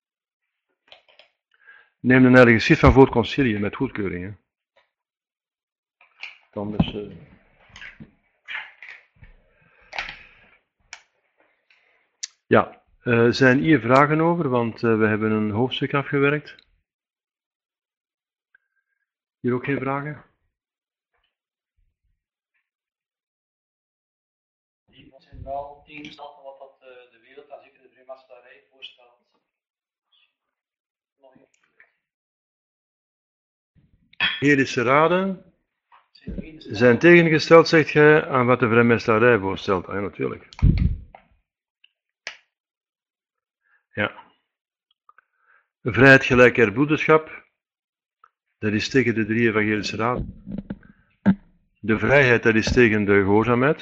Neem de Heilige Schrift van voor het concilie met goedkeuring. Hè. Dan dus... Ja, zijn hier vragen over, want we hebben een hoofdstuk afgewerkt. Hier ook geen vragen? Die zijn wel tegenstander wat dat de wereld en zeker de vrijmetselarij voorstelt. Herische raden zijn tegengesteld, zegt gij, aan wat de vrijmetselarij voorstelt. Ja, natuurlijk. Ja. Vrijheid, gelijkheid, broederschap. Dat is tegen de 3 evangelische raden. De vrijheid, dat is tegen de gehoorzaamheid.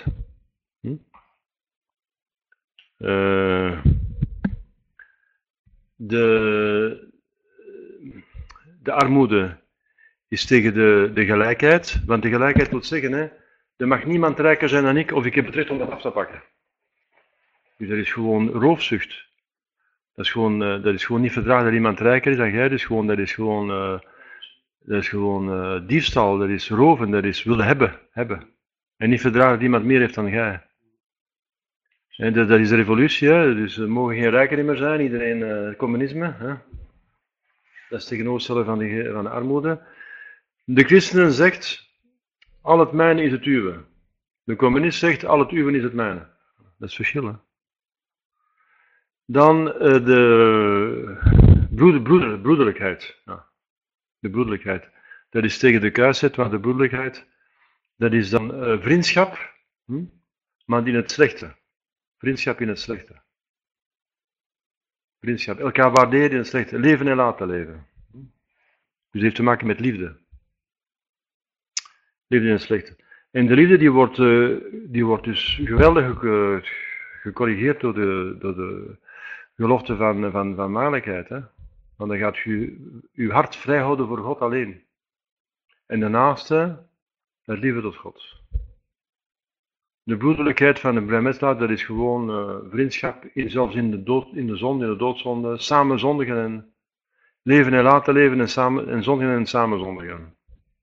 De armoede is tegen de gelijkheid. Want de gelijkheid wil zeggen, hè, er mag niemand rijker zijn dan ik, of ik heb het recht om dat af te pakken. Dus dat is gewoon roofzucht. Dat is gewoon niet verdragen dat iemand rijker is dan jij. Dat is gewoon diefstal, dat is roven, dat is willen hebben. En niet verdragen dat iemand meer heeft dan jij. En dat is de revolutie, hè? Dus er mogen geen rijken meer zijn, iedereen communisme. Hè? Dat is tegenovergestelde van de armoede. De christenen zegt, al het mijne is het uwe. De communist zegt, al het uwe is het mijne. Dat is verschil, hè? Dan de broederlijkheid. Ja. De broederlijkheid. Dat is tegen de kruiszet, maar de broederlijkheid, dat is dan vriendschap, maar in het slechte. Vriendschap in het slechte. Vriendschap. Elkaar waarderen in het slechte. Leven en laten leven. Dus het heeft te maken met liefde. Liefde in het slechte. En de liefde die wordt dus geweldig gecorrigeerd door de gelofte van mannelijkheid. Hè? Want dan gaat je hart vrijhouden voor God alleen. En de naaste, het liefde tot God. De broederlijkheid van de vrijmetselaar, dat is gewoon vriendschap, zelfs in de zonde, in de doodzonde, samen zondigen en leven en laten leven en zondigen en samen zondigen.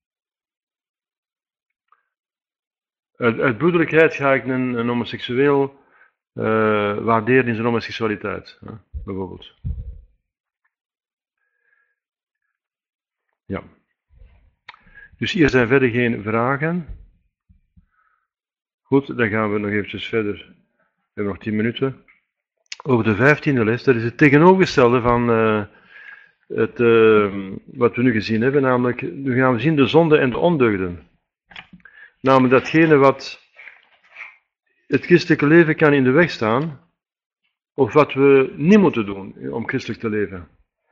Uit broederlijkheid ga ik een homoseksueel waarderen in zijn homoseksualiteit, bijvoorbeeld. Ja. Dus hier zijn verder geen vragen. Goed, dan gaan we nog eventjes verder. We hebben nog 10 minuten. Over de 15e les, dat is het tegenovergestelde van wat we nu gezien hebben, namelijk, nu gaan we zien de zonde en de ondeugden. Namelijk datgene wat het christelijke leven kan in de weg staan, of wat we niet moeten doen om christelijk te leven.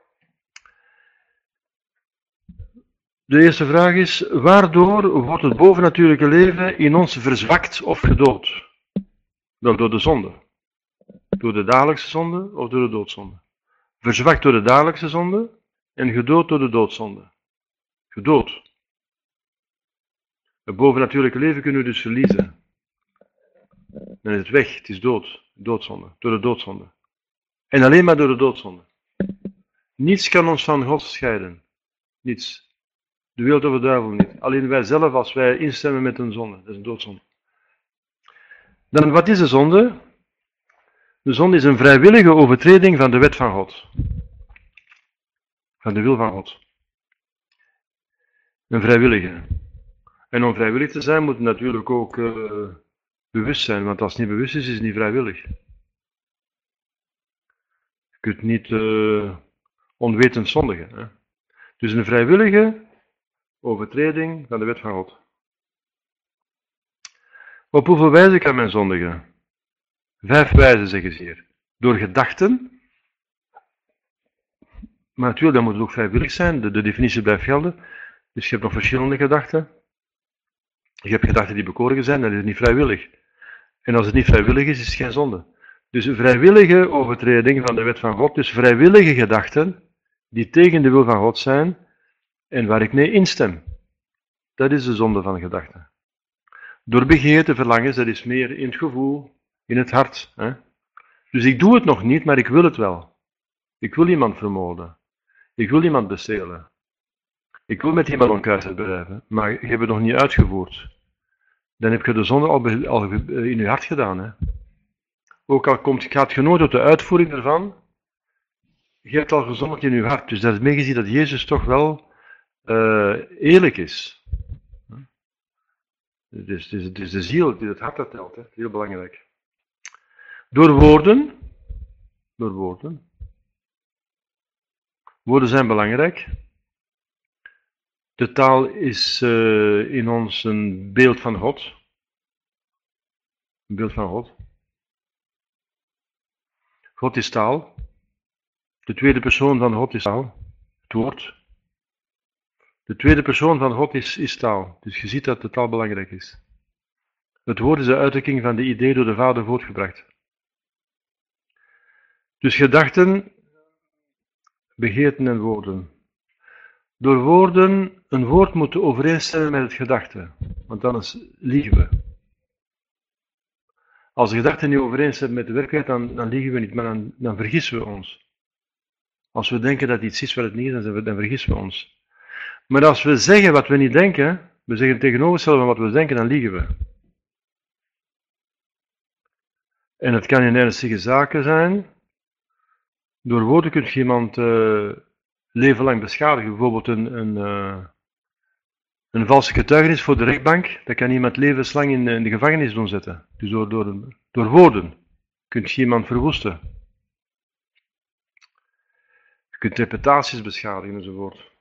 De eerste vraag is, waardoor wordt het bovennatuurlijke leven in ons verzwakt of gedood? Wel door de zonde. Door de dagelijkse zonde of door de doodzonde? Verzwakt door de dagelijkse zonde en gedood door de doodzonde. Gedood. Het bovennatuurlijke leven kunnen we dus verliezen. Dan is het weg, het is dood. Doodzonde. Door de doodzonde. En alleen maar door de doodzonde. Niets kan ons van God scheiden. Niets. De wereld of de duivel niet. Alleen wij zelf als wij instemmen met een zonde. Dat is een doodzonde. Dan, wat is de zonde? De zonde is een vrijwillige overtreding van de wet van God. Van de wil van God. Een vrijwillige. En om vrijwillig te zijn moet het natuurlijk ook bewust zijn. Want als het niet bewust is, is het niet vrijwillig. Je kunt niet onwetend zondigen. Hè? Dus een vrijwillige overtreding van de wet van God. Op hoeveel wijzen kan men zondigen? 5 wijzen, zeggen ze hier. Door gedachten. Maar natuurlijk, dat moet het ook vrijwillig zijn. De definitie blijft gelden. Dus je hebt nog verschillende gedachten. Je hebt gedachten die bekoren zijn, dat is niet vrijwillig. En als het niet vrijwillig is, is het geen zonde. Dus een vrijwillige overtreding van de wet van God, dus vrijwillige gedachten die tegen de wil van God zijn en waar ik mee instem. Dat is de zonde van gedachten. Door begeerte, verlangens, dat is meer in het gevoel, in het hart. Hè? Dus ik doe het nog niet, maar ik wil het wel. Ik wil iemand vermoorden. Ik wil iemand bestelen. Ik wil met iemand onkuisheid bedrijven, maar je hebt het nog niet uitgevoerd. Dan heb je de zonde al in je hart gedaan. Hè? Ook al gaat je nooit tot de uitvoering ervan, je hebt al gezondigd in je hart. Dus dat is meegezien dat Jezus toch wel eerlijk is. Het is de ziel, het hart dat telt. Hè? Heel belangrijk. Door woorden. Woorden zijn belangrijk. De taal is in ons een beeld van God. Een beeld van God. God is taal. De tweede persoon van God is taal. Het woord. De tweede persoon van God is taal. Dus je ziet dat de taal belangrijk is. Het woord is de uitdrukking van de idee door de Vader voortgebracht. Dus gedachten, begeerten en woorden. Door woorden, een woord moet overeenstemmen met het gedachte, want anders liegen we. Als de gedachte niet overeenstemt met de werkelijkheid, dan liegen we niet, maar dan vergissen we ons. Als we denken dat iets is wat het niet is, dan vergissen we ons. Maar als we zeggen wat we niet denken, we zeggen het tegenovergestelde van wat we denken, dan liegen we. En het kan in ernstige zaken zijn. Door woorden kun je iemand leven lang beschadigen. Bijvoorbeeld een valse getuigenis voor de rechtbank, dat kan iemand levenslang in de gevangenis doen zetten. Dus door woorden kun je iemand verwoesten. Je kunt reputaties beschadigen enzovoort.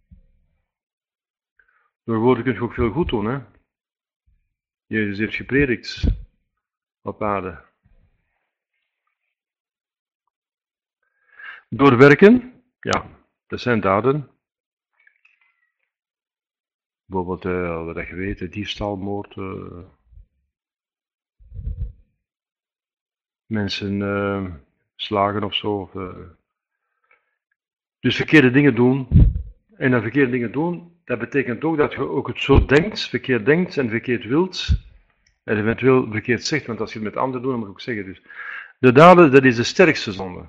Door woorden kun je ook veel goed doen. Hè? Jezus heeft gepredikt op aarde. Door werken, ja, dat zijn daden. Bijvoorbeeld, wat je weet, diefstal, moord. Mensen slagen of zo. Dus verkeerde dingen doen. En dan verkeerde dingen doen, dat betekent ook dat je ook het zo denkt, verkeerd denkt en verkeerd wilt. En eventueel verkeerd zegt, want als je het met anderen doet, dan moet je ook zeggen. Dus de daden, dat is de sterkste zonde.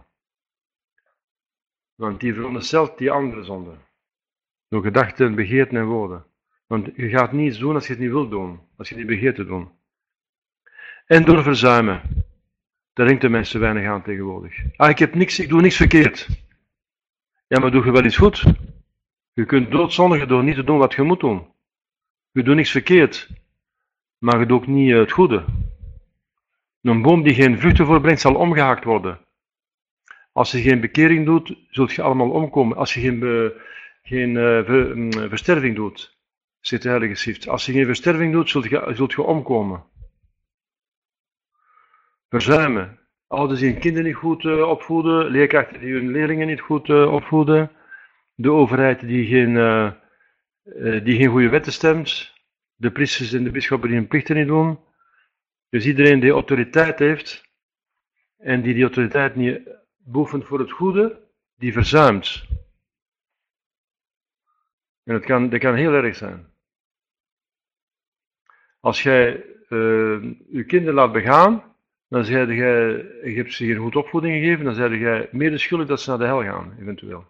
Want die veronderstelt die andere zonde. Door gedachten, begeerten en woorden. Want je gaat niets doen als je het niet wilt doen. Als je het niet begeert te doen. En door verzuimen. Daar denkt de mensen weinig aan tegenwoordig. Ik doe niks verkeerd. Ja, maar doe je wel iets goed? Je kunt doodzondigen door niet te doen wat je moet doen. Je doet niks verkeerd. Maar je doet ook niet het goede. Een boom die geen vruchten voorbrengt, zal omgehaakt worden. Als je geen bekering doet, zult je allemaal omkomen. Als je geen versterving doet, zit de Heilige Schrift. Als je geen versterving doet, zult je omkomen. Verzuimen. Ouders die hun kinderen niet goed opvoeden, leerkrachten die hun leerlingen niet goed opvoeden, de overheid die geen goede wetten stemt, de priesters en de bisschoppen die hun plichten niet doen. Dus iedereen die autoriteit heeft en die autoriteit niet beoefent voor het goede, die verzuimt. En dat kan heel erg zijn. Als jij je kinderen laat begaan, dan je hebt ze geen goede opvoeding gegeven, dan zeg jij mede schuldig dat ze naar de hel gaan, eventueel.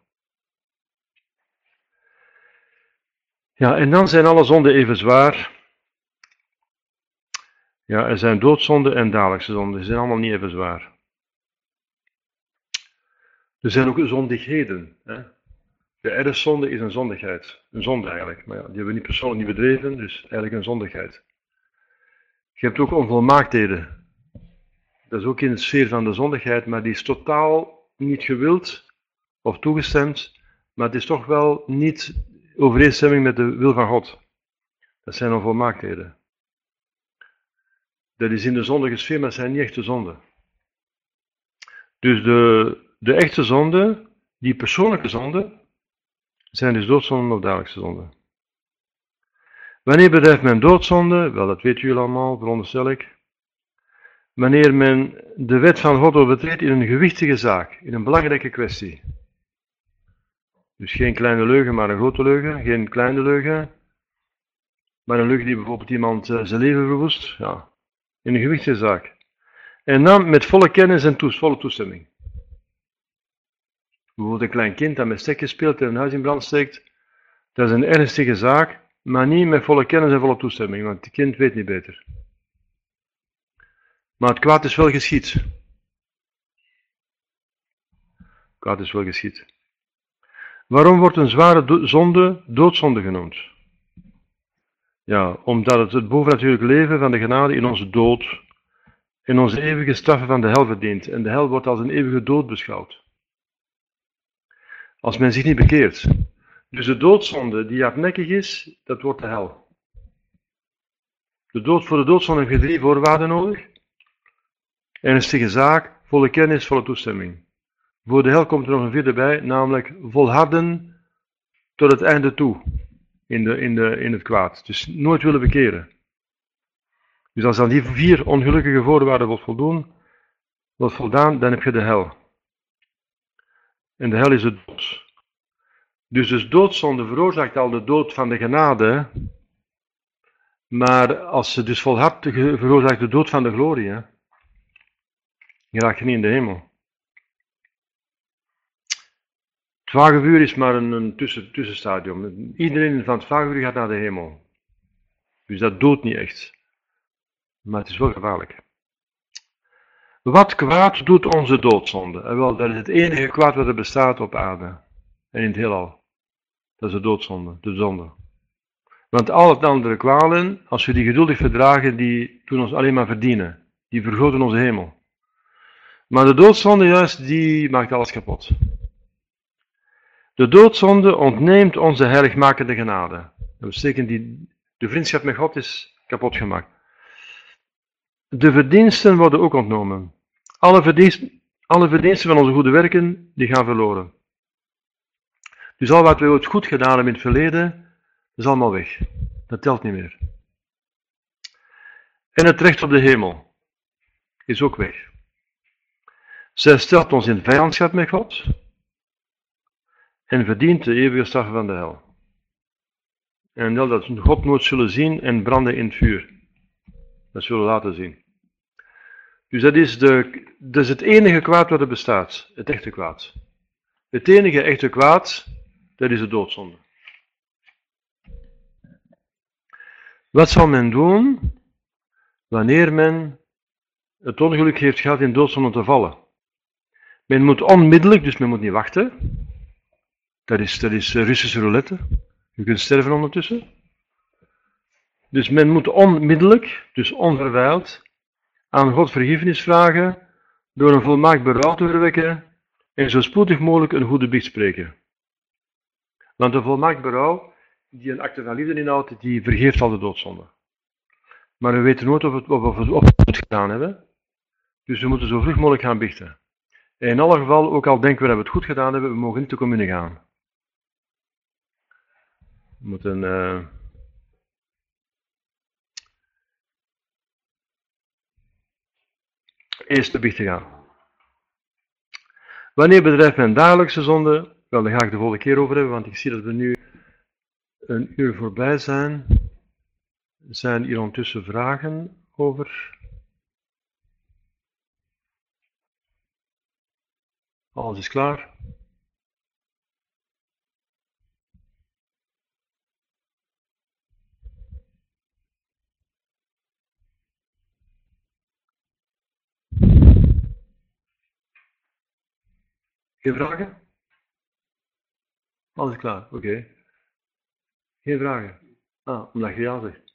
Ja, en dan zijn alle zonden even zwaar. Ja, er zijn doodzonden en dagelijkse zonden, die zijn allemaal niet even zwaar. Er zijn ook zondigheden. Hè? De erfzonde is een zondigheid. Een zonde eigenlijk. Maar ja, die hebben we niet persoonlijk niet bedreven, dus eigenlijk een zondigheid. Je hebt ook onvolmaaktheden. Dat is ook in de sfeer van de zondigheid, maar die is totaal niet gewild of toegestemd, maar het is toch wel niet overeenstemming met de wil van God. Dat zijn onvolmaaktheden. Dat is in de zondige sfeer, maar dat zijn niet echte zonden. Dus de echte zonden, die persoonlijke zonden, zijn dus doodzonden of dagelijkse zonden. Wanneer bedrijft men doodzonde? Wel, dat weten jullie allemaal, veronderstel ik. Wanneer men de wet van God overtreedt in een gewichtige zaak, in een belangrijke kwestie. Dus geen kleine leugen, maar een grote leugen. Geen kleine leugen, maar een leugen die bijvoorbeeld iemand zijn leven verwoest. Ja, in een gewichtige zaak. En dan met volle kennis en volle toestemming. Bijvoorbeeld een klein kind dat met stekjes speelt en een huis in brand steekt. Dat is een ernstige zaak, maar niet met volle kennis en volle toestemming, want het kind weet niet beter. Maar het kwaad is wel geschied. Kwaad is wel geschied. Waarom wordt een zware zonde doodzonde genoemd? Ja, omdat het bovennatuurlijke leven van de genade in onze dood, in onze eeuwige straffen van de hel verdient. En de hel wordt als een eeuwige dood beschouwd. Als men zich niet bekeert. Dus de doodzonde die hardnekkig is, dat wordt de hel. Voor de doodzonde heb je 3 voorwaarden nodig. Ernstige zaak, volle kennis, volle toestemming. Voor de hel komt er nog een 4e bij, namelijk volharden tot het einde toe in het kwaad. Dus nooit willen bekeren. Dus als aan die 4 ongelukkige voorwaarden wordt voldaan, dan heb je de hel. En de hel is de dood. Dus doodzonde veroorzaakt al de dood van de genade, maar als ze dus volhardt, veroorzaakt de dood van de glorie. Hè? Je raakt je niet in de hemel. Het vagevuur is maar een tussenstadium. Iedereen van het vagevuur gaat naar de hemel. Dus dat doodt niet echt. Maar het is wel gevaarlijk. Wat kwaad doet onze doodzonde? En wel, dat is het enige kwaad wat er bestaat op aarde. En in het heelal. Dat is de doodzonde, de zonde. Want al het andere kwalen, als we die geduldig verdragen, die doen ons alleen maar verdienen. Die vergroten onze hemel. Maar de doodzonde juist, die maakt alles kapot. De doodzonde ontneemt onze heiligmakende genade. Dat betekent de vriendschap met God is kapot gemaakt. De verdiensten worden ook ontnomen. Alle verdiensten van onze goede werken, die gaan verloren. Dus al wat we ooit goed gedaan hebben in het verleden, is allemaal weg. Dat telt niet meer. En het recht op de hemel is ook weg. Zij stelt ons in vijandschap met God en verdient de eeuwige straf van de hel. En dat God nooit zullen zien en branden in het vuur. Dat zullen we laten zien. Dus dat is het enige kwaad wat er bestaat. Het echte kwaad. Het enige echte kwaad, dat is de doodzonde. Wat zal men doen wanneer men het ongeluk heeft gehad in doodzonde te vallen? Men moet onmiddellijk, dus men moet niet wachten. Dat is Russische roulette. Je kunt sterven ondertussen. Dus men moet onmiddellijk, dus onverwijld, aan God vergiffenis vragen, door een volmaakt berouw te verwekken en zo spoedig mogelijk een goede biecht spreken. Want een volmaakt berouw, die een acte van liefde inhoudt, die vergeeft al de doodzonde. Maar we weten nooit of we het gedaan hebben, dus we moeten zo vlug mogelijk gaan biechten. En in alle geval, ook al denken we dat we het goed gedaan hebben, we mogen niet de commune gaan. We moeten eerst de biechten gaan. Wanneer bedrijft men dagelijkse zonde? Wel, daar ga ik de volgende keer over hebben, want ik zie dat we nu een uur voorbij zijn. Zijn hier ondertussen vragen over? Alles is klaar. Geen vragen? Alles is klaar, oké. Geen vragen? Ah, omdat je ja zegt.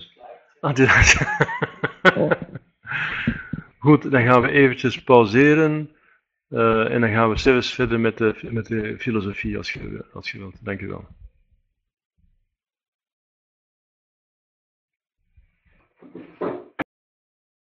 Goed, dan gaan we eventjes pauzeren. En dan gaan we zelfs verder met de filosofie als je wilt. Dank u wel.